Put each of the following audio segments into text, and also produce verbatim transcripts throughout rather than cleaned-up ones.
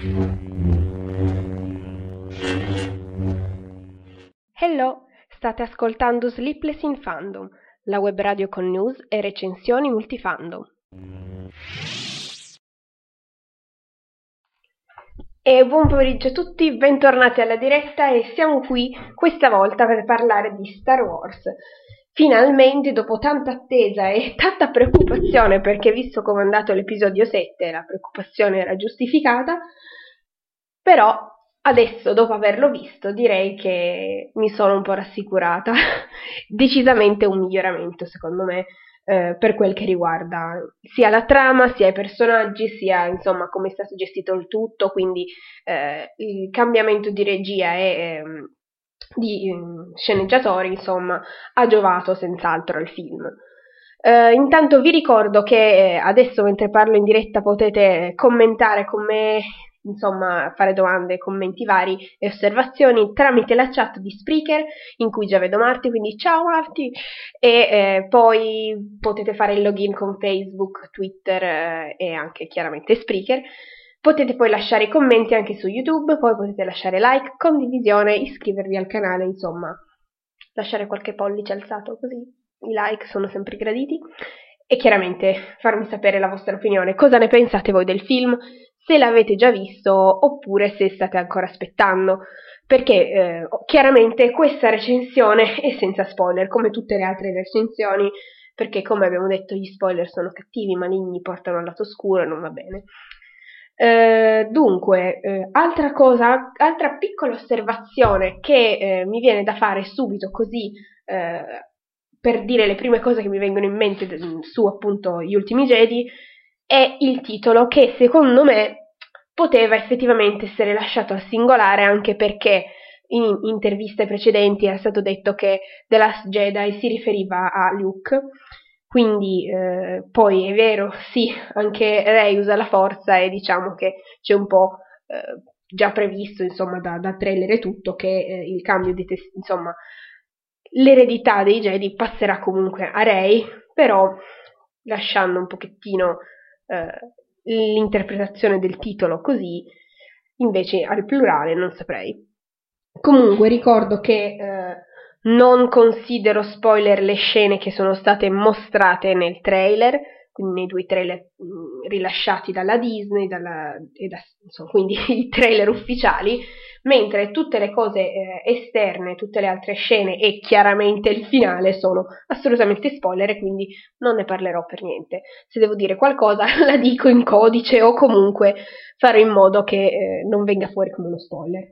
Hello, state ascoltando Sleepless in Fandom, la web radio con news e recensioni multifandom. E buon pomeriggio a tutti, bentornati alla diretta e siamo qui questa volta per parlare di Star Wars. Finalmente, dopo tanta attesa e tanta preoccupazione, perché visto come è andato l'episodio sette, la preoccupazione era giustificata, però adesso, dopo averlo visto, direi che mi sono un po' rassicurata. Decisamente un miglioramento, secondo me, eh, per quel che riguarda sia la trama, sia i personaggi, sia insomma come è stato gestito il tutto, quindi eh, il cambiamento di regia e ehm, di ehm, sceneggiatori, insomma, ha giovato senz'altro al film. Uh, intanto vi ricordo che adesso mentre parlo in diretta potete commentare con me, insomma fare domande, commenti vari e osservazioni tramite la chat di Spreaker in cui già vedo Marti, quindi ciao Marti, e eh, poi potete fare il login con Facebook, Twitter eh, e anche chiaramente Spreaker. Potete poi lasciare i commenti anche su YouTube, poi potete lasciare like, condivisione, iscrivervi al canale, insomma lasciare qualche pollice alzato così. I like sono sempre graditi e chiaramente farmi sapere la vostra opinione, cosa ne pensate voi del film, se l'avete già visto oppure se state ancora aspettando, perché eh, chiaramente questa recensione è senza spoiler come tutte le altre recensioni, perché come abbiamo detto gli spoiler sono cattivi, maligni, portano al lato oscuro e non va bene. Uh, dunque, uh, altra cosa, altra piccola osservazione che uh, mi viene da fare subito così uh, per dire le prime cose che mi vengono in mente su appunto Gli Ultimi Jedi è il titolo, che secondo me poteva effettivamente essere lasciato al singolare, anche perché in interviste precedenti era stato detto che The Last Jedi si riferiva a Luke. Quindi eh, poi è vero, sì, anche Rey usa la forza e diciamo che c'è un po' eh, già previsto, insomma, da, da trailer e tutto, che eh, il cambio di test- insomma, l'eredità dei Jedi passerà comunque a Rey, però lasciando un pochettino eh, l'interpretazione del titolo così, invece al plurale non saprei. Comunque ricordo che eh, non considero spoiler le scene che sono state mostrate nel trailer, quindi nei due trailer mh, rilasciati dalla Disney, dalla, e da, insomma, quindi i trailer ufficiali, mentre tutte le cose eh, esterne, tutte le altre scene e chiaramente il finale sono assolutamente spoiler e quindi non ne parlerò per niente. Se devo dire qualcosa la dico in codice o comunque farò in modo che eh, non venga fuori come uno spoiler.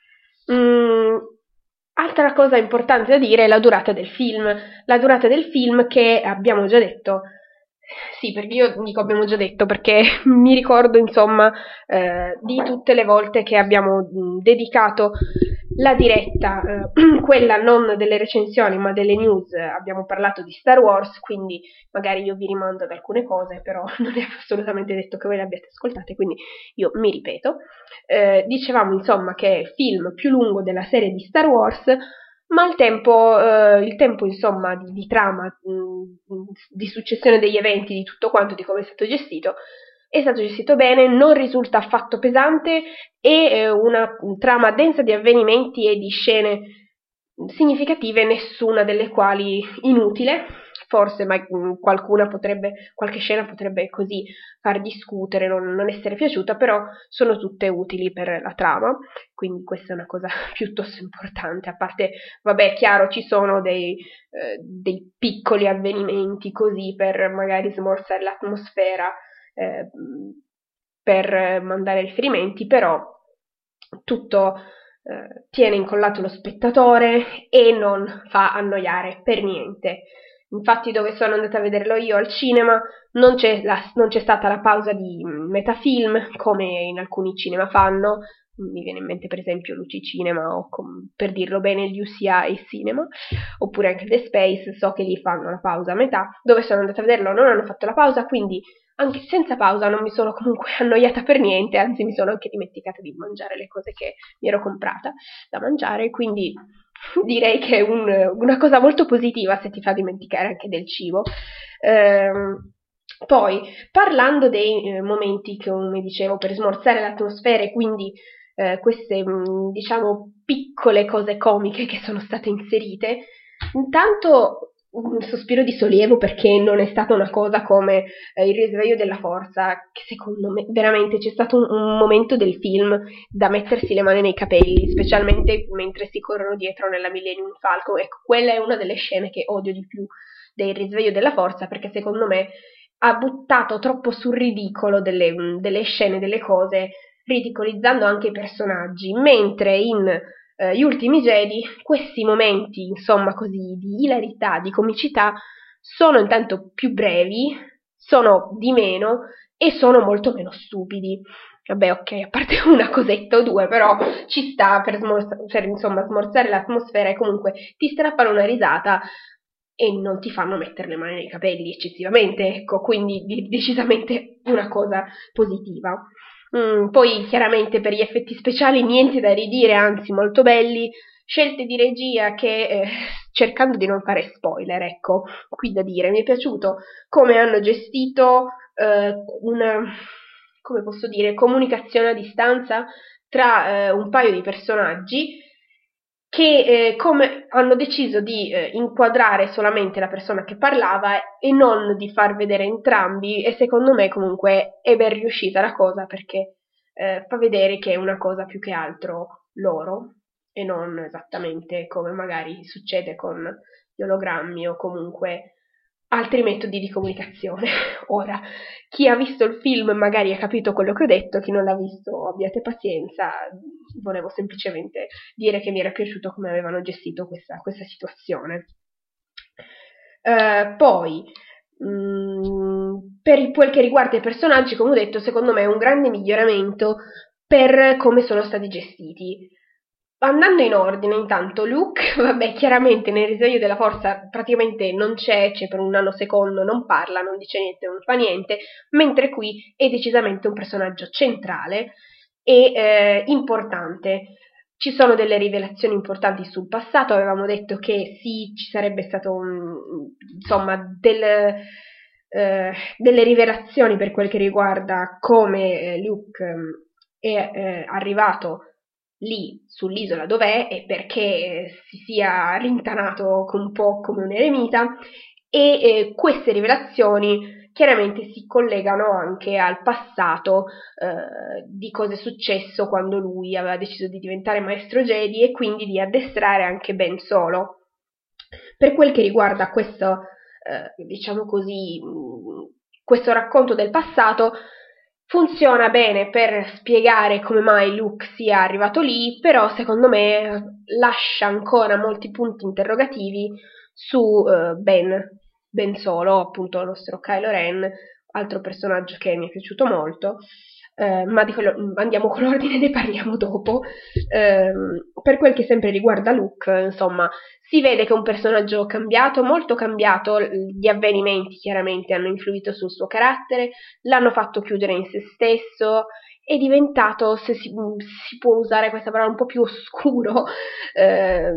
Mm, altra cosa importante da dire è la durata del film. La durata del film che abbiamo già detto, sì, perché io dico abbiamo già detto perché mi ricordo insomma eh, di tutte le volte che abbiamo mh, dedicato la diretta, eh, quella non delle recensioni ma delle news, abbiamo parlato di Star Wars, quindi magari io vi rimando ad alcune cose, però non è assolutamente detto che voi le abbiate ascoltate, quindi io mi ripeto. Eh, dicevamo insomma che è il film più lungo della serie di Star Wars, ma il tempo, eh, il tempo insomma di, di trama, mh, di successione degli eventi, di tutto quanto, di come è stato gestito, è stato gestito bene, non risulta affatto pesante e eh, una trama densa di avvenimenti e di scene significative, nessuna delle quali inutile. Forse ma, mh, qualcuna potrebbe, qualche scena potrebbe così far discutere, non, non essere piaciuta, però sono tutte utili per la trama, quindi questa è una cosa piuttosto importante. A parte, vabbè, chiaro, ci sono dei, eh, dei piccoli avvenimenti così per magari smorzare l'atmosfera, eh, per mandare riferimenti, però tutto eh, tiene incollato lo spettatore e non fa annoiare per niente. Infatti dove sono andata a vederlo io al cinema non c'è, la, non c'è stata la pausa di metafilm come in alcuni cinema fanno, mi viene in mente per esempio Luci Cinema o com, per dirlo bene gli U C I Cinema, oppure anche The Space, so che lì fanno la pausa a metà. Dove sono andata a vederlo non hanno fatto la pausa, quindi anche senza pausa non mi sono comunque annoiata per niente, anzi mi sono anche dimenticata di mangiare le cose che mi ero comprata da mangiare, quindi direi che è un, una cosa molto positiva se ti fa dimenticare anche del cibo. Ehm, Poi, parlando dei eh, momenti, come dicevo, per smorzare l'atmosfera e quindi eh, queste, mh, diciamo, piccole cose comiche che sono state inserite, intanto un sospiro di sollievo perché non è stata una cosa come eh, il risveglio della forza, che secondo me veramente c'è stato un, un momento del film da mettersi le mani nei capelli, specialmente mentre si corrono dietro nella Millennium Falcon. Ecco, quella è una delle scene che odio di più del risveglio della forza, perché secondo me ha buttato troppo sul ridicolo delle, delle scene, delle cose, ridicolizzando anche i personaggi, mentre in eh, Gli Ultimi Jedi questi momenti, insomma così, di ilarità, di comicità, sono intanto più brevi, sono di meno e sono molto meno stupidi. Vabbè, ok, a parte una cosetta o due, però ci sta per, smorza- per insomma, smorzare l'atmosfera e comunque ti strappano una risata e non ti fanno mettere le mani nei capelli eccessivamente, ecco, quindi di- decisamente una cosa positiva. Mm, poi chiaramente per gli effetti speciali niente da ridire, anzi molto belli, scelte di regia che, eh, cercando di non fare spoiler, ecco, qui da dire, mi è piaciuto come hanno gestito eh, una, come posso dire, comunicazione a distanza tra eh, un paio di personaggi che eh, come hanno deciso di eh, inquadrare solamente la persona che parlava e non di far vedere entrambi, e secondo me comunque è ben riuscita la cosa perché eh, fa vedere che è una cosa più che altro loro e non esattamente come magari succede con gli ologrammi o comunque altri metodi di comunicazione. Ora, chi ha visto il film magari ha capito quello che ho detto, chi non l'ha visto abbiate pazienza, volevo semplicemente dire che mi era piaciuto come avevano gestito questa, questa situazione. Uh, poi, mh, per quel che riguarda i personaggi, come ho detto, secondo me è un grande miglioramento per come sono stati gestiti. Andando in ordine, intanto, Luke, vabbè, chiaramente nel risveglio della forza praticamente non c'è, c'è per un nanosecondo, non parla, non dice niente, non fa niente, mentre qui è decisamente un personaggio centrale e eh, importante. Ci sono delle rivelazioni importanti sul passato, avevamo detto che sì, ci sarebbe stato un, insomma del, eh, delle rivelazioni per quel che riguarda come eh, Luke è eh, arrivato lì sull'isola dov'è e perché si sia rintanato un po' come un eremita e eh, queste rivelazioni chiaramente si collegano anche al passato eh, di cosa è successo quando lui aveva deciso di diventare maestro Jedi e quindi di addestrare anche Ben Solo. Per quel che riguarda questo, eh, diciamo così, questo racconto del passato, funziona bene per spiegare come mai Luke sia arrivato lì, però secondo me lascia ancora molti punti interrogativi su uh, Ben, Ben Solo, appunto il nostro Kylo Ren, altro personaggio che mi è piaciuto molto, uh, ma di quello andiamo con l'ordine, ne parliamo dopo. Uh, per quel che sempre riguarda Luke, insomma, si vede che è un personaggio cambiato, molto cambiato, gli avvenimenti chiaramente hanno influito sul suo carattere, l'hanno fatto chiudere in se stesso, è diventato, se si, si può usare questa parola, un po' più oscuro. Eh,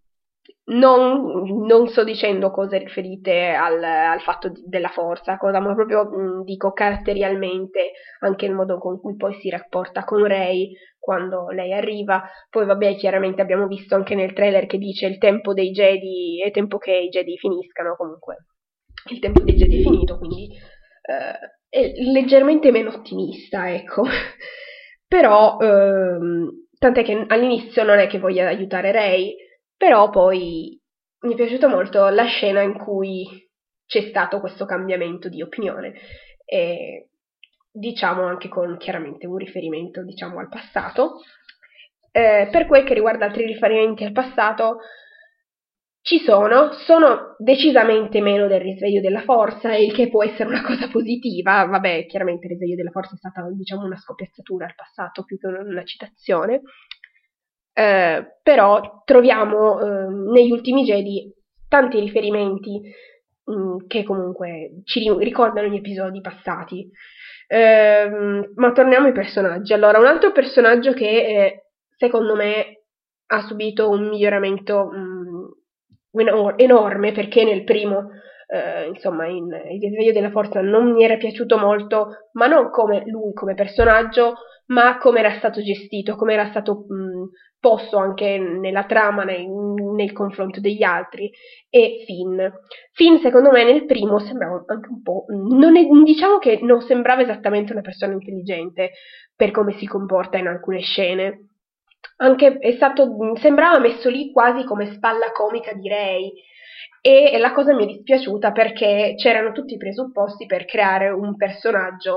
non, non sto dicendo cose riferite al, al fatto di, della forza, cosa, ma proprio mh, dico caratterialmente, anche il modo con cui poi si rapporta con Rey quando lei arriva. Poi vabbè, chiaramente abbiamo visto anche nel trailer che dice il tempo dei Jedi, è tempo che i Jedi finiscano, comunque il tempo dei Jedi è finito, quindi eh, è leggermente meno ottimista, ecco. Però ehm, tant'è che all'inizio non è che voglia aiutare Rey, però poi mi è piaciuta molto la scena in cui c'è stato questo cambiamento di opinione e diciamo anche con chiaramente un riferimento diciamo al passato. Eh, per quel che riguarda altri riferimenti al passato ci sono, sono decisamente meno del risveglio della forza, il che può essere una cosa positiva. Vabbè, chiaramente il risveglio della forza è stata diciamo una scoppiazzatura al passato più che una citazione. Eh, però troviamo eh, negli Ultimi Jedi tanti riferimenti mh, che comunque ci ricordano gli episodi passati. Eh, ma torniamo ai personaggi. Allora, un altro personaggio che eh, secondo me ha subito un miglioramento mh, enorme perché nel primo eh, insomma in Il risveglio della forza non mi era piaciuto molto, ma non come lui come personaggio, ma come era stato gestito, come era stato mh, posto anche nella trama, nel, nel confronto degli altri. E Finn. Finn, secondo me, nel primo sembrava anche un po'. Non è, diciamo che non sembrava esattamente una persona intelligente per come si comporta in alcune scene. Anche è stato, sembrava messo lì quasi come spalla comica, direi. E la cosa mi è dispiaciuta perché c'erano tutti i presupposti per creare un personaggio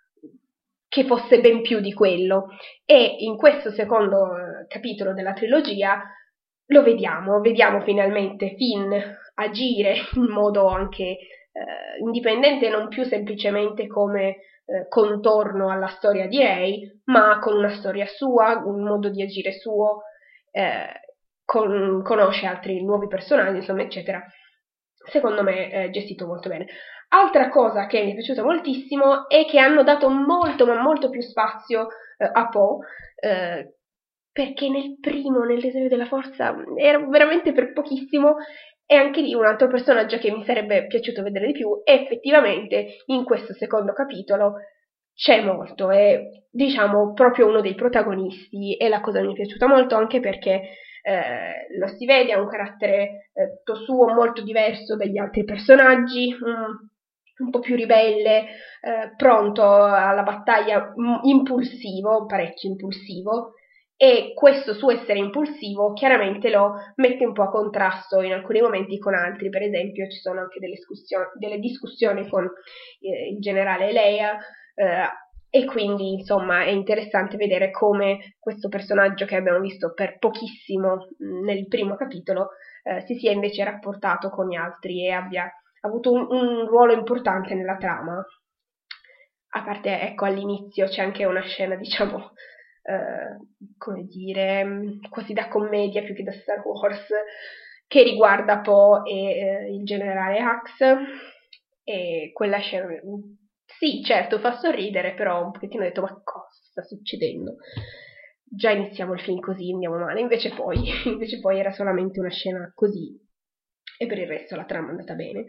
che fosse ben più di quello. E in questo secondo eh, capitolo della trilogia lo vediamo, vediamo finalmente Finn agire in modo anche eh, indipendente, non più semplicemente come eh, contorno alla storia di Rey, ma con una storia sua, un modo di agire suo, eh, con, conosce altri nuovi personaggi, insomma, eccetera. Secondo me è gestito molto bene. Altra cosa che mi è piaciuta moltissimo è che hanno dato molto, ma molto più spazio eh, a Poe, eh, perché nel primo, nel Risveglio della Forza, era veramente per pochissimo, e anche lì un altro personaggio che mi sarebbe piaciuto vedere di più, e effettivamente in questo secondo capitolo c'è molto, è diciamo proprio uno dei protagonisti, e la cosa mi è piaciuta molto anche perché eh, lo si vede, ha un carattere eh, tutto suo molto diverso dagli altri personaggi, um, un po' più ribelle, eh, pronto alla battaglia, m- impulsivo, parecchio impulsivo, e questo suo essere impulsivo chiaramente lo mette un po' a contrasto in alcuni momenti con altri. Per esempio ci sono anche delle, discussioni, delle discussioni con eh, il generale Leia, eh, e quindi insomma è interessante vedere come questo personaggio che abbiamo visto per pochissimo mh, nel primo capitolo eh, si sia invece rapportato con gli altri e abbia avuto un, un ruolo importante nella trama. A parte, ecco, all'inizio c'è anche una scena, diciamo, eh, come dire, quasi da commedia più che da Star Wars, che riguarda Poe e eh, il generale Hux, e quella scena, sì, certo, fa sorridere, però un pochettino ho detto, ma cosa sta succedendo? Già iniziamo il film così, andiamo male, invece poi, invece poi era solamente una scena così, e per il resto la trama è andata bene.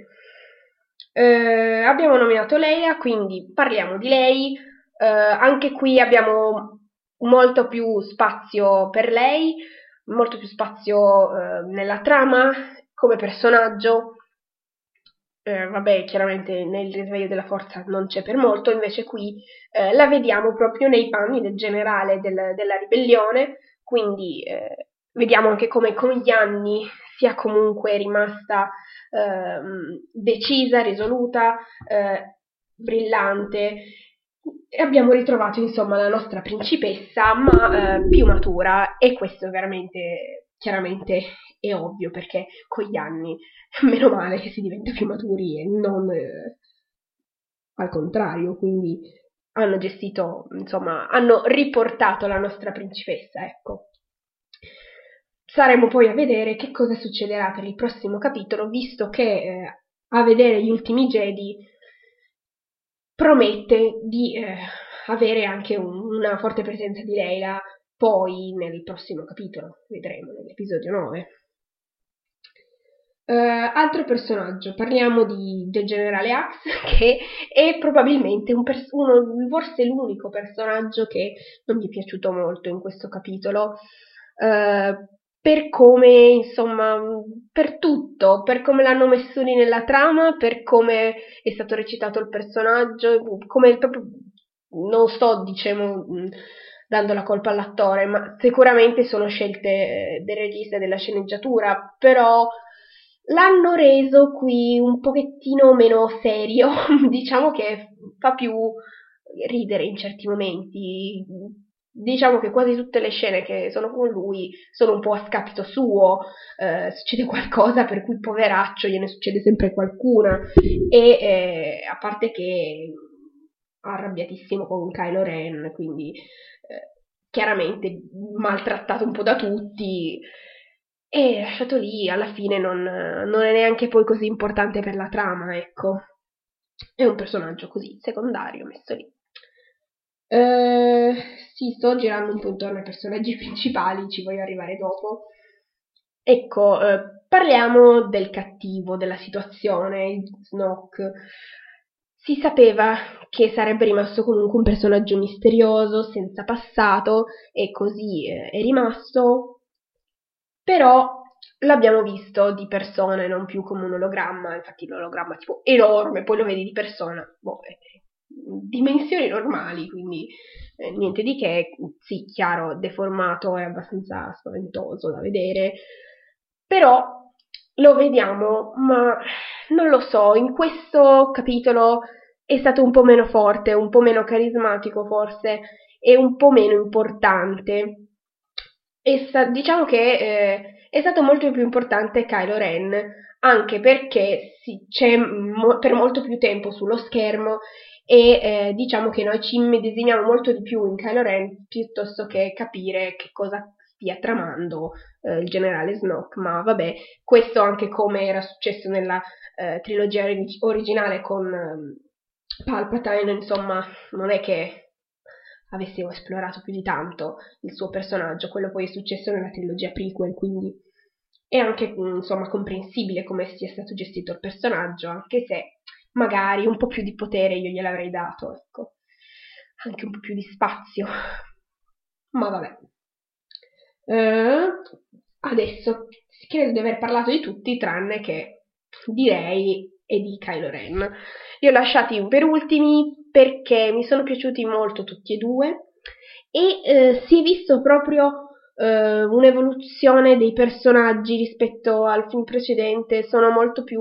Eh, abbiamo nominato Leia, quindi parliamo di lei. Eh, anche qui abbiamo molto più spazio per lei, molto più spazio eh, nella trama, come personaggio. Eh, vabbè, chiaramente nel risveglio della forza non c'è per molto, invece qui eh, la vediamo proprio nei panni del generale del, della ribellione, quindi eh, vediamo anche come con gli anni sia comunque rimasta eh, decisa, risoluta, eh, brillante. E abbiamo ritrovato insomma la nostra principessa, ma eh, più matura, e questo veramente, chiaramente è ovvio, perché con gli anni meno male che si diventa più maturi e non eh, al contrario, quindi hanno gestito, insomma, hanno riportato la nostra principessa, ecco. Saremo poi a vedere che cosa succederà per il prossimo capitolo, visto che eh, a vedere gli ultimi Jedi promette di eh, avere anche un, una forte presenza di Leila poi nel prossimo capitolo, vedremo nell'episodio nove. Uh, altro personaggio, parliamo di, del generale Axe, che è probabilmente un pers- uno, forse l'unico personaggio che non mi è piaciuto molto in questo capitolo, uh, per come, insomma, per tutto, per come l'hanno messo lì nella trama, per come è stato recitato il personaggio, come proprio, non sto, diciamo, dando la colpa all'attore, ma sicuramente sono scelte eh, del regista e della sceneggiatura, però l'hanno reso qui un pochettino meno serio, diciamo che fa più ridere in certi momenti. Diciamo che quasi tutte le scene che sono con lui sono un po' a scapito suo, eh, succede qualcosa per cui poveraccio gliene succede sempre qualcuna, e eh, a parte che arrabbiatissimo con Kylo Ren, quindi eh, chiaramente maltrattato un po' da tutti, e lasciato lì, alla fine non, non è neanche poi così importante per la trama, ecco. È un personaggio così, secondario, messo lì. Uh, sì, sto girando un po' intorno ai personaggi principali, ci voglio arrivare dopo. ecco, eh, parliamo del cattivo, della situazione, il Snoke. Si sapeva che sarebbe rimasto comunque un personaggio misterioso, senza passato, e così eh, è rimasto, però l'abbiamo visto di persona e non più come un ologramma, infatti l'ologramma tipo enorme, poi lo vedi di persona, boh, eh, dimensioni normali, quindi eh, niente di che, sì, chiaro, deformato, è abbastanza spaventoso da vedere, però lo vediamo, ma non lo so, in questo capitolo è stato un po' meno forte, un po' meno carismatico forse, e un po' meno importante. E sta- diciamo che eh, è stato molto più importante Kylo Ren, anche perché si- c'è mo- per molto più tempo sullo schermo e eh, diciamo che noi ci immedesimiamo molto di più in Kylo Ren piuttosto che capire che cosa stia tramando eh, il generale Snoke, ma vabbè, questo anche come era successo nella eh, trilogia orig- originale con eh, Palpatine, insomma, non è che avessimo esplorato più di tanto il suo personaggio, quello poi è successo nella trilogia prequel, quindi è anche insomma comprensibile come sia stato gestito il personaggio, anche se magari un po' più di potere io gliel'avrei dato, ecco, anche un po' più di spazio, ma vabbè. Eh, adesso credo di aver parlato di tutti tranne che direi e di Kylo Ren. Li ho lasciati per ultimi perché mi sono piaciuti molto tutti e due e eh, si è visto proprio eh, un'evoluzione dei personaggi rispetto al film precedente, sono molto più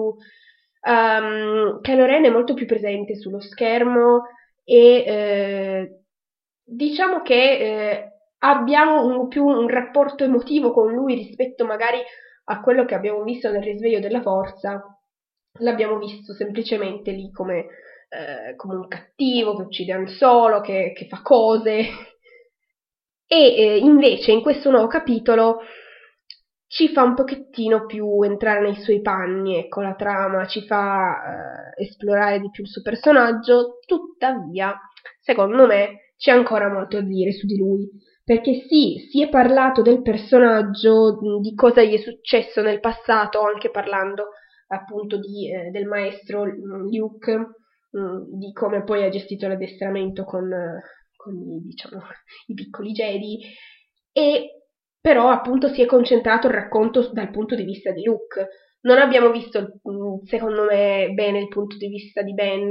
um, Kylo Ren è molto più presente sullo schermo e eh, diciamo che eh, abbiamo un, più un rapporto emotivo con lui rispetto magari a quello che abbiamo visto nel Risveglio della Forza. L'abbiamo visto semplicemente lì come, eh, come un cattivo che uccide Han Solo, che, che fa cose. E eh, invece in questo nuovo capitolo ci fa un pochettino più entrare nei suoi panni, ecco, la trama ci fa eh, esplorare di più il suo personaggio, tuttavia, secondo me, c'è ancora molto da dire su di lui, perché sì, si è parlato del personaggio, di cosa gli è successo nel passato, anche parlando appunto di, eh, del maestro Luke, mh, di come poi ha gestito l'addestramento con, con i, diciamo, i piccoli Jedi, e però appunto si è concentrato il racconto dal punto di vista di Luke. Non abbiamo visto, secondo me, bene il punto di vista di Ben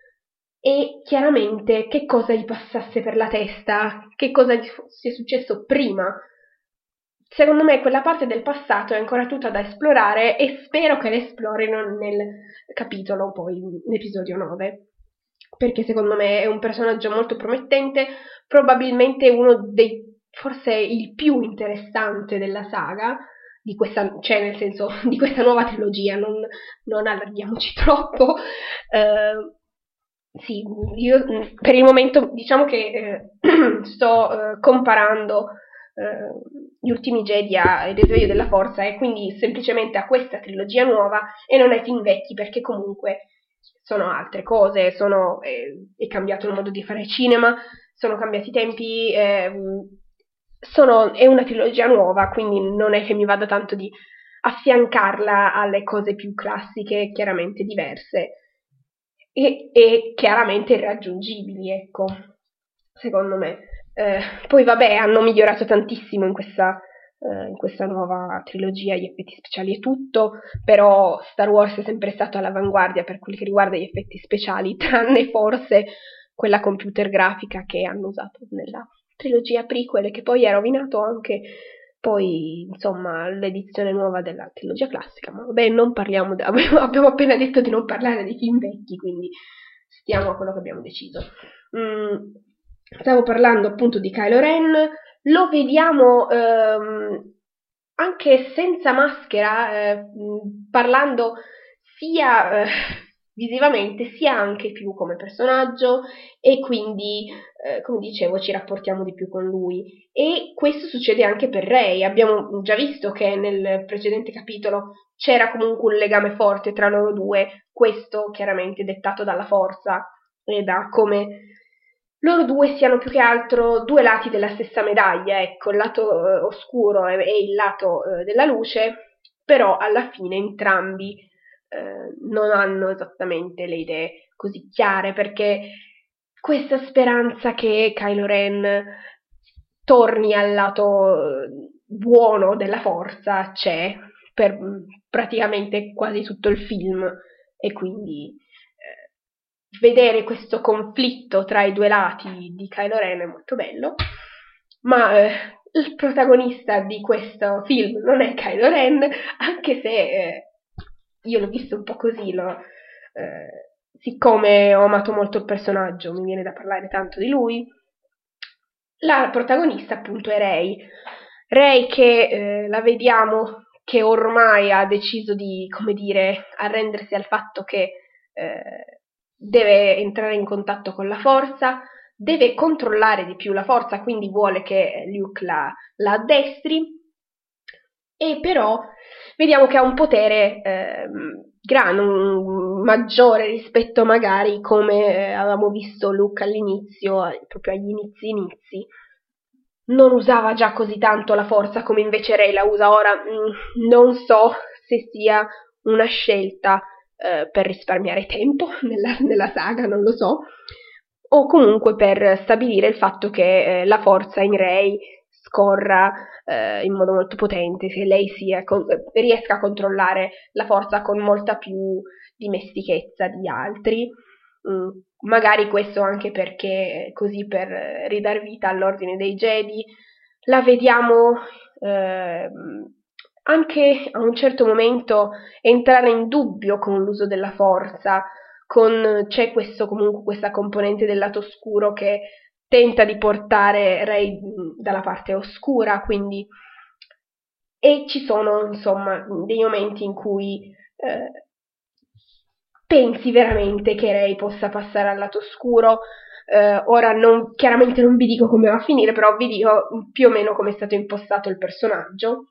e chiaramente che cosa gli passasse per la testa, che cosa gli sia successo prima. Secondo me quella parte del passato è ancora tutta da esplorare e spero che l'esplorino nel capitolo, poi nell'episodio nove, perché secondo me è un personaggio molto promettente, probabilmente uno dei, forse il più interessante della saga, di questa, cioè nel senso di questa nuova trilogia, non, non allarghiamoci troppo. Eh, sì, io per il momento diciamo che eh, sto eh, comparando eh, gli ultimi Jedi a Il risveglio della forza e quindi semplicemente a questa trilogia nuova e non ai film vecchi perché comunque sono altre cose, sono, eh, è cambiato il modo di fare cinema, sono cambiati i tempi, eh, sono, è una trilogia nuova, quindi non è che mi vada tanto di affiancarla alle cose più classiche, chiaramente diverse e, e chiaramente irraggiungibili, ecco, secondo me. Eh, poi vabbè, hanno migliorato tantissimo in questa, eh, in questa nuova trilogia gli effetti speciali e tutto, però Star Wars è sempre stato all'avanguardia per quel che riguarda gli effetti speciali, tranne forse quella computer grafica che hanno usato nella trilogia prequel, che poi ha rovinato anche poi, insomma, l'edizione nuova della trilogia classica, ma vabbè, non parliamo, de- abbiamo appena detto di non parlare dei film vecchi, quindi stiamo a quello che abbiamo deciso. Mm, stavo parlando appunto di Kylo Ren, lo vediamo ehm, anche senza maschera, eh, parlando sia eh, visivamente sia anche più come personaggio e quindi, eh, come dicevo, ci rapportiamo di più con lui. E questo succede anche per Rey. Abbiamo già visto che nel precedente capitolo c'era comunque un legame forte tra loro due, questo chiaramente dettato dalla forza e da come loro due siano più che altro due lati della stessa medaglia, ecco, il lato eh, oscuro e, e il lato eh, della luce, però alla fine entrambi eh, non hanno esattamente le idee così chiare, perché questa speranza che Kylo Ren torni al lato buono della forza c'è per praticamente quasi tutto il film, e quindi eh, vedere questo conflitto tra i due lati di Kylo Ren è molto bello, ma eh, il protagonista di questo film non è Kylo Ren, anche se eh, io l'ho visto un po' così, lo, eh, siccome ho amato molto il personaggio, mi viene da parlare tanto di lui. La protagonista appunto è Rey, Rey che eh, la vediamo che ormai ha deciso di, come dire, arrendersi al fatto che eh, deve entrare in contatto con la forza, deve controllare di più la forza, quindi vuole che Luke la, la addestri, e però vediamo che ha un potere eh, grande, un, maggiore rispetto magari come eh, avevamo visto Luke all'inizio, proprio agli inizi inizi. Non usava già così tanto la forza come invece Rey la usa ora. Mm, non so se sia una scelta eh, per risparmiare tempo nella, nella saga, non lo so, o comunque per stabilire il fatto che eh, la forza in Rey scorra eh, in modo molto potente, che lei sia, con, riesca a controllare la forza con molta più dimestichezza di altri. Mm, magari questo anche perché così per ridar vita all'ordine dei Jedi la vediamo eh, anche a un certo momento entrare in dubbio con l'uso della forza, con, c'è questo comunque questa componente del lato oscuro che tenta di portare Rey dalla parte oscura, quindi e ci sono insomma dei momenti in cui eh, pensi veramente che Rey possa passare al lato oscuro. Eh, ora non, chiaramente non vi dico come va a finire, però vi dico più o meno come è stato impostato il personaggio,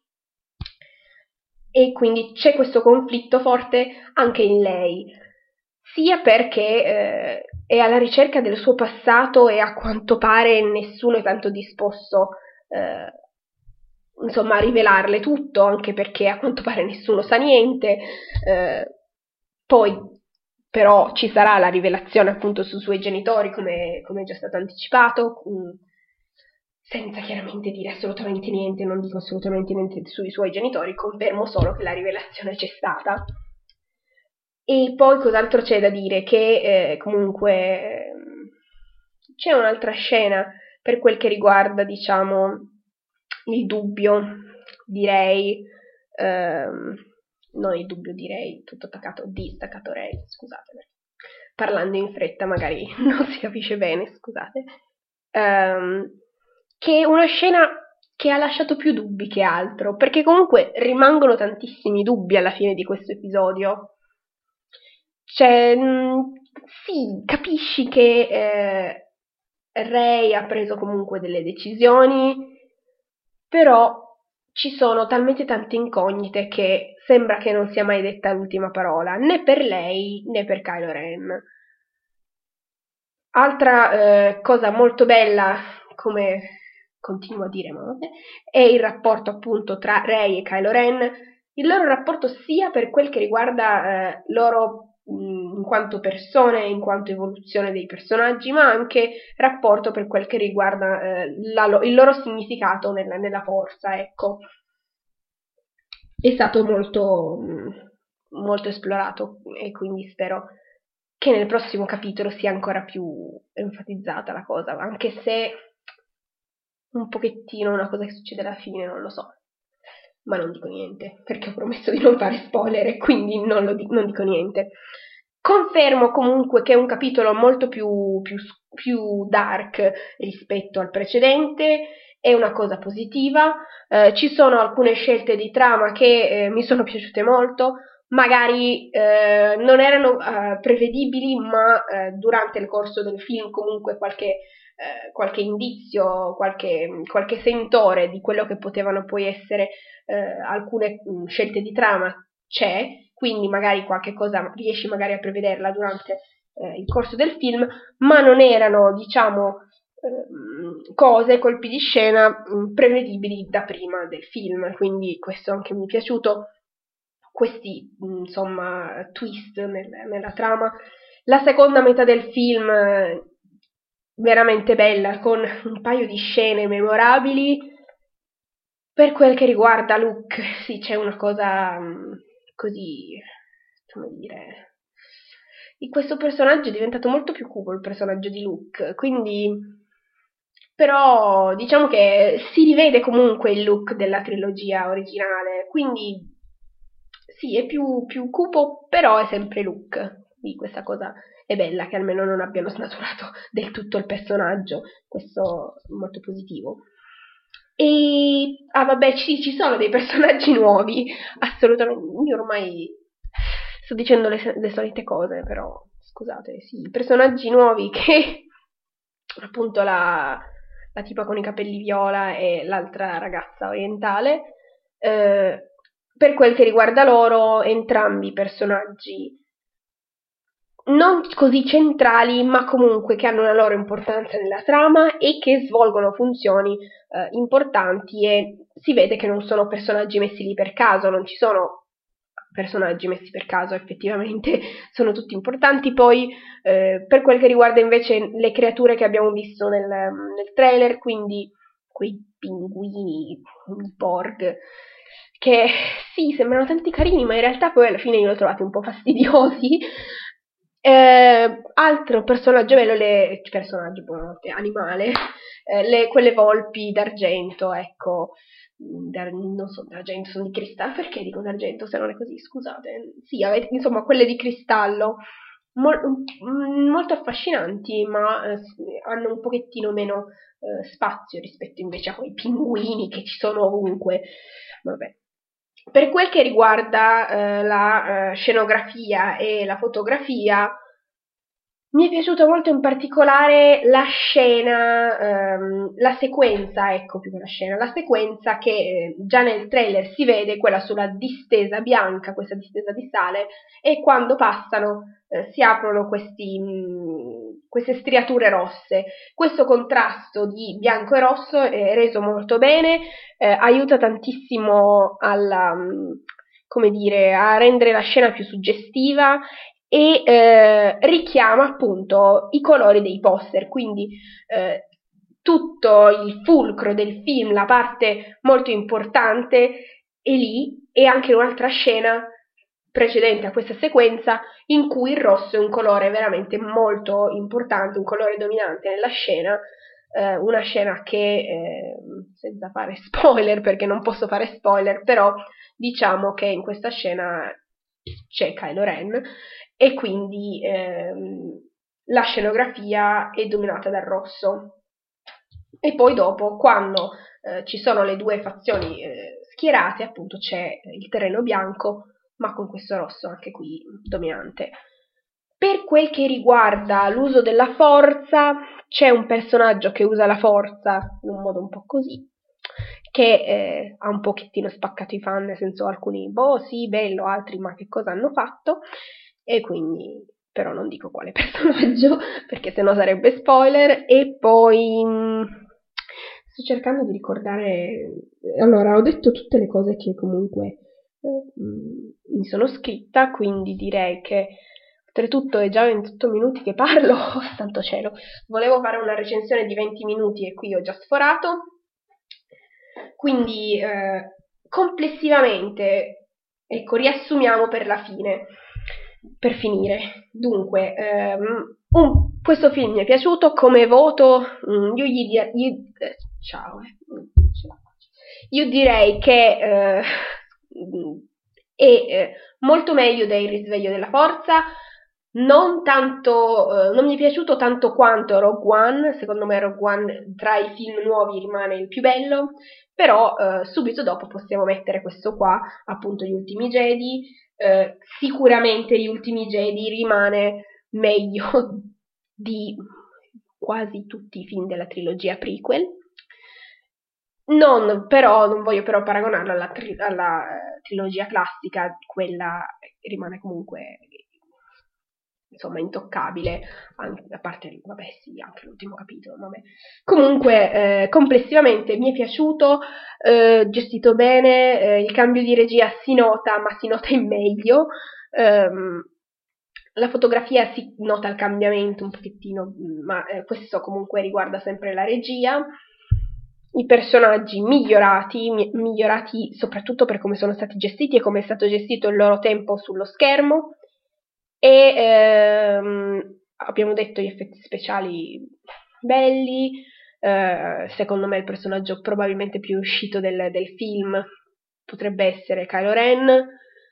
e quindi c'è questo conflitto forte anche in lei, sia perché eh, è alla ricerca del suo passato e a quanto pare nessuno è tanto disposto eh, insomma a rivelarle tutto, anche perché a quanto pare nessuno sa niente. Eh, poi però ci sarà la rivelazione appunto sui suoi genitori, come, come è già stato anticipato, mh, senza chiaramente dire assolutamente niente, non dico assolutamente niente sui suoi genitori, confermo solo che la rivelazione c'è stata. E poi cos'altro c'è da dire? Che eh, comunque eh, c'è un'altra scena per quel che riguarda, diciamo, il dubbio, direi, ehm, non il dubbio direi, tutto attaccato, distaccato Rey, scusate, parlando in fretta magari non si capisce bene, scusate, ehm, che è una scena che ha lasciato più dubbi che altro, perché comunque rimangono tantissimi dubbi alla fine di questo episodio. Cioè, mh, sì, capisci che eh, Rey ha preso comunque delle decisioni, però ci sono talmente tante incognite che sembra che non sia mai detta l'ultima parola, né per lei né per Kylo Ren. Altra eh, cosa molto bella, come continuo a dire, ma vabbè, è il rapporto appunto tra Rey e Kylo Ren, il loro rapporto sia per quel che riguarda eh, loro mh, in quanto persone, in quanto evoluzione dei personaggi, ma anche rapporto per quel che riguarda eh, la, il loro significato nella, nella forza, ecco. È stato molto, mh, molto esplorato, e quindi spero che nel prossimo capitolo sia ancora più enfatizzata la cosa, anche se un pochettino una cosa che succede alla fine non lo so, ma non dico niente, perché ho promesso di non fare spoiler e quindi non, lo dico, non dico niente. Confermo comunque che è un capitolo molto più, più, più dark rispetto al precedente, è una cosa positiva, eh, ci sono alcune scelte di trama che eh, mi sono piaciute molto, magari eh, non erano eh, prevedibili, ma eh, durante il corso del film comunque qualche, eh, qualche indizio, qualche, qualche sentore di quello che potevano poi essere eh, alcune mh, scelte di trama c'è, quindi magari qualche cosa riesci magari a prevederla durante eh, il corso del film, ma non erano, diciamo, eh, cose, colpi di scena mh, prevedibili da prima del film, quindi questo anche mi è piaciuto. questi insomma twist nel, nella trama. La seconda metà del film veramente bella, con un paio di scene memorabili. Per quel che riguarda Luke, sì, c'è una cosa mh, così, come dire, di questo personaggio è diventato molto più cupo il personaggio di Luke, quindi però diciamo che si rivede comunque il look della trilogia originale, quindi sì, è più, più cupo, però è sempre Luke. Quindi questa cosa è bella, che almeno non abbiano snaturato del tutto il personaggio, questo è molto positivo. E ah vabbè, ci, ci sono dei personaggi nuovi, assolutamente. Io ormai sto dicendo le, le solite cose, però scusate, sì, personaggi nuovi che appunto la, la tipa con i capelli viola e l'altra ragazza orientale. Eh, per quel che riguarda loro, entrambi i personaggi non così centrali, ma comunque che hanno una loro importanza nella trama e che svolgono funzioni eh, importanti, e si vede che non sono personaggi messi lì per caso, non ci sono personaggi messi per caso, effettivamente sono tutti importanti. Poi eh, per quel che riguarda invece le creature che abbiamo visto nel, nel trailer, quindi quei pinguini, i Borg, che sì, sembrano tanti carini, ma in realtà poi alla fine io li ho trovati un po' fastidiosi. Eh, altro personaggio bello, le personaggio, buonanotte, animale, eh, le, quelle volpi d'argento, ecco, dar, non sono d'argento, sono di cristallo, perché dico d'argento se non è così, scusate, sì, avete, insomma, quelle di cristallo, mol, molto affascinanti, ma eh, hanno un pochettino meno eh, spazio rispetto invece a quei pinguini che ci sono ovunque, vabbè. Per quel che riguarda eh, la eh, scenografia e la fotografia, mi è piaciuta molto in particolare la scena, ehm, la sequenza, ecco più che la scena, la sequenza che eh, già nel trailer si vede, quella sulla distesa bianca, questa distesa di sale, e quando passano eh, si aprono questi, mh, queste striature rosse. Questo contrasto di bianco e rosso è reso molto bene, eh, aiuta tantissimo alla, mh, come dire, a rendere la scena più suggestiva, e eh, richiama appunto i colori dei poster, quindi eh, tutto il fulcro del film, la parte molto importante è lì, e anche un'altra scena precedente a questa sequenza in cui il rosso è un colore veramente molto importante, un colore dominante nella scena, eh, una scena che, eh, senza fare spoiler perché non posso fare spoiler, però diciamo che in questa scena c'è Kylo Ren, e quindi ehm, la scenografia è dominata dal rosso. E poi dopo, quando eh, ci sono le due fazioni eh, schierate, appunto c'è il terreno bianco, ma con questo rosso anche qui dominante. Per quel che riguarda l'uso della forza, c'è un personaggio che usa la forza in un modo un po' così, che eh, ha un pochettino spaccato i fan, nel senso alcuni, boh sì, bello, altri ma che cosa hanno fatto, e quindi però non dico quale personaggio perché sennò sarebbe spoiler. E poi mh, sto cercando di ricordare, allora ho detto tutte le cose che comunque eh, mh, mi sono scritta, quindi direi che oltretutto è già ventotto minuti che parlo, oh santo cielo, volevo fare una recensione di venti minuti e qui ho già sforato. Quindi eh, complessivamente, ecco, riassumiamo per la fine, per finire. Dunque, ehm, un, questo film mi è piaciuto, come voto, mm, io gli, gli eh, ciao, eh, io direi che eh, è eh, molto meglio del Risveglio della Forza. Non tanto, eh, non mi è piaciuto tanto quanto Rogue One, secondo me Rogue One tra i film nuovi rimane il più bello, però eh, subito dopo possiamo mettere questo qua, appunto Gli Ultimi Jedi. Eh, sicuramente Gli Ultimi Jedi rimane meglio di quasi tutti i film della trilogia prequel. Non, però, non voglio però paragonarlo alla, tri- alla eh, trilogia classica, quella rimane comunque insomma intoccabile, anche, a parte, vabbè sì, anche l'ultimo capitolo, vabbè. Comunque eh, complessivamente mi è piaciuto, eh, gestito bene, eh, il cambio di regia si nota, ma si nota in meglio, ehm, la fotografia si nota il cambiamento un pochettino, ma eh, questo comunque riguarda sempre la regia. I personaggi migliorati, mi- migliorati soprattutto per come sono stati gestiti e come è stato gestito il loro tempo sullo schermo. E ehm, abbiamo detto gli effetti speciali belli, eh, secondo me il personaggio probabilmente più uscito del, del film potrebbe essere Kylo Ren,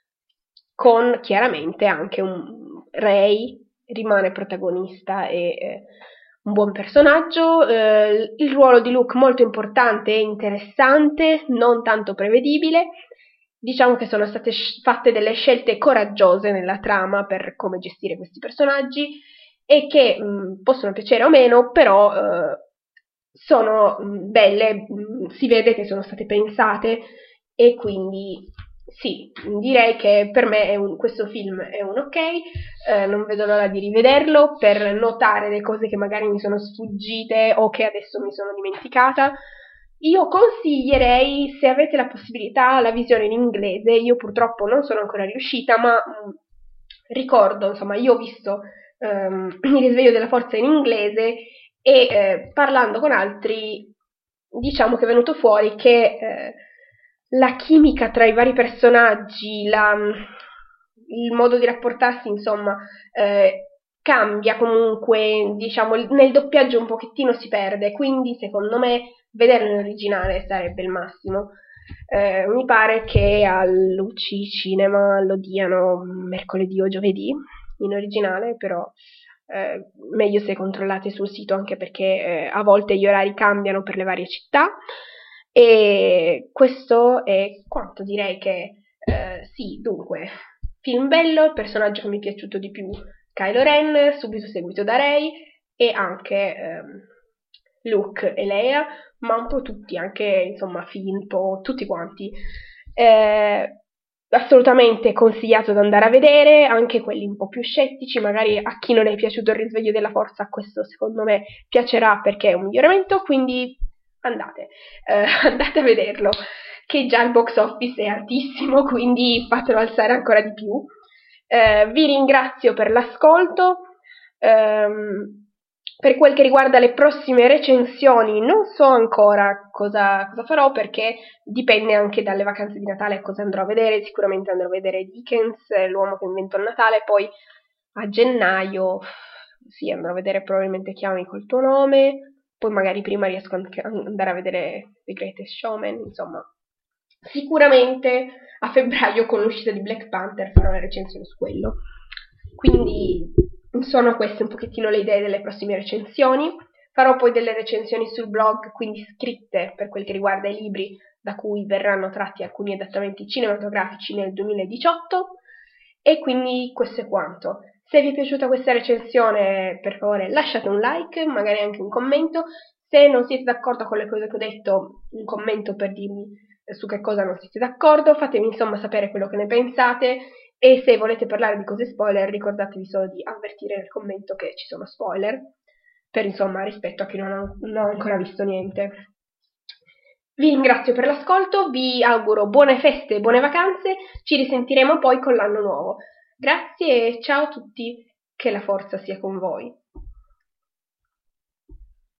con chiaramente anche un Rey, rimane protagonista e eh, un buon personaggio, eh, il ruolo di Luke molto importante e interessante, non tanto prevedibile. Diciamo che sono state fatte delle scelte coraggiose nella trama per come gestire questi personaggi e che mh, possono piacere o meno, però eh, sono mh, belle, mh, si vede che sono state pensate e quindi sì, direi che per me è un, questo film è un ok, eh, non vedo l'ora di rivederlo per notare le cose che magari mi sono sfuggite o che adesso mi sono dimenticata. Io consiglierei, se avete la possibilità, la visione in inglese. Io purtroppo non sono ancora riuscita, ma mh, ricordo, insomma, io ho visto ehm, Il risveglio della forza in inglese e eh, parlando con altri, diciamo che è venuto fuori che eh, la chimica tra i vari personaggi, la, il modo di rapportarsi, insomma, eh, cambia comunque, diciamo, nel doppiaggio un pochettino si perde, quindi secondo me vederlo in originale sarebbe il massimo. Eh, mi pare che all'U C Cinema lo diano mercoledì o giovedì in originale, però eh, meglio se controllate sul sito, anche perché eh, a volte gli orari cambiano per le varie città. E questo è quanto, direi che eh, sì, dunque, film bello, il personaggio che mi è piaciuto di più Kylo Ren, subito seguito da Rey e anche ehm, Luke e Leia, ma un po' tutti, anche insomma Finn, un po' tutti quanti. Eh, assolutamente consigliato da andare a vedere, anche quelli un po' più scettici, magari a chi non è piaciuto il risveglio della forza, questo secondo me piacerà perché è un miglioramento, quindi andate, eh, andate a vederlo, che già il box office è altissimo, quindi fatelo alzare ancora di più. Eh, vi ringrazio per l'ascolto. Ehm, per quel che riguarda le prossime recensioni, non so ancora cosa, cosa farò perché dipende anche dalle vacanze di Natale cosa andrò a vedere. Sicuramente andrò a vedere Dickens, l'uomo che inventò il Natale, poi a gennaio sì, andrò a vedere probabilmente Chiamami col tuo nome, poi magari prima riesco anche ad andare a vedere The Greatest Showman, insomma. Sicuramente a febbraio con l'uscita di Black Panther farò una recensione su quello. Quindi sono queste un pochettino le idee delle prossime recensioni. Farò poi delle recensioni sul blog, quindi scritte per quel che riguarda i libri da cui verranno tratti alcuni adattamenti cinematografici nel duemiladiciotto. E quindi questo è quanto. Se vi è piaciuta questa recensione, per favore lasciate un like, magari anche un commento. Se non siete d'accordo con le cose che ho detto, un commento per dirmi su che cosa non siete d'accordo, fatemi insomma sapere quello che ne pensate e se volete parlare di cose spoiler ricordatevi solo di avvertire nel commento che ci sono spoiler, per insomma rispetto a chi non ha, non ha ancora visto niente. Vi ringrazio per l'ascolto, vi auguro buone feste e buone vacanze, ci risentiremo poi con l'anno nuovo. Grazie e ciao a tutti, che la forza sia con voi.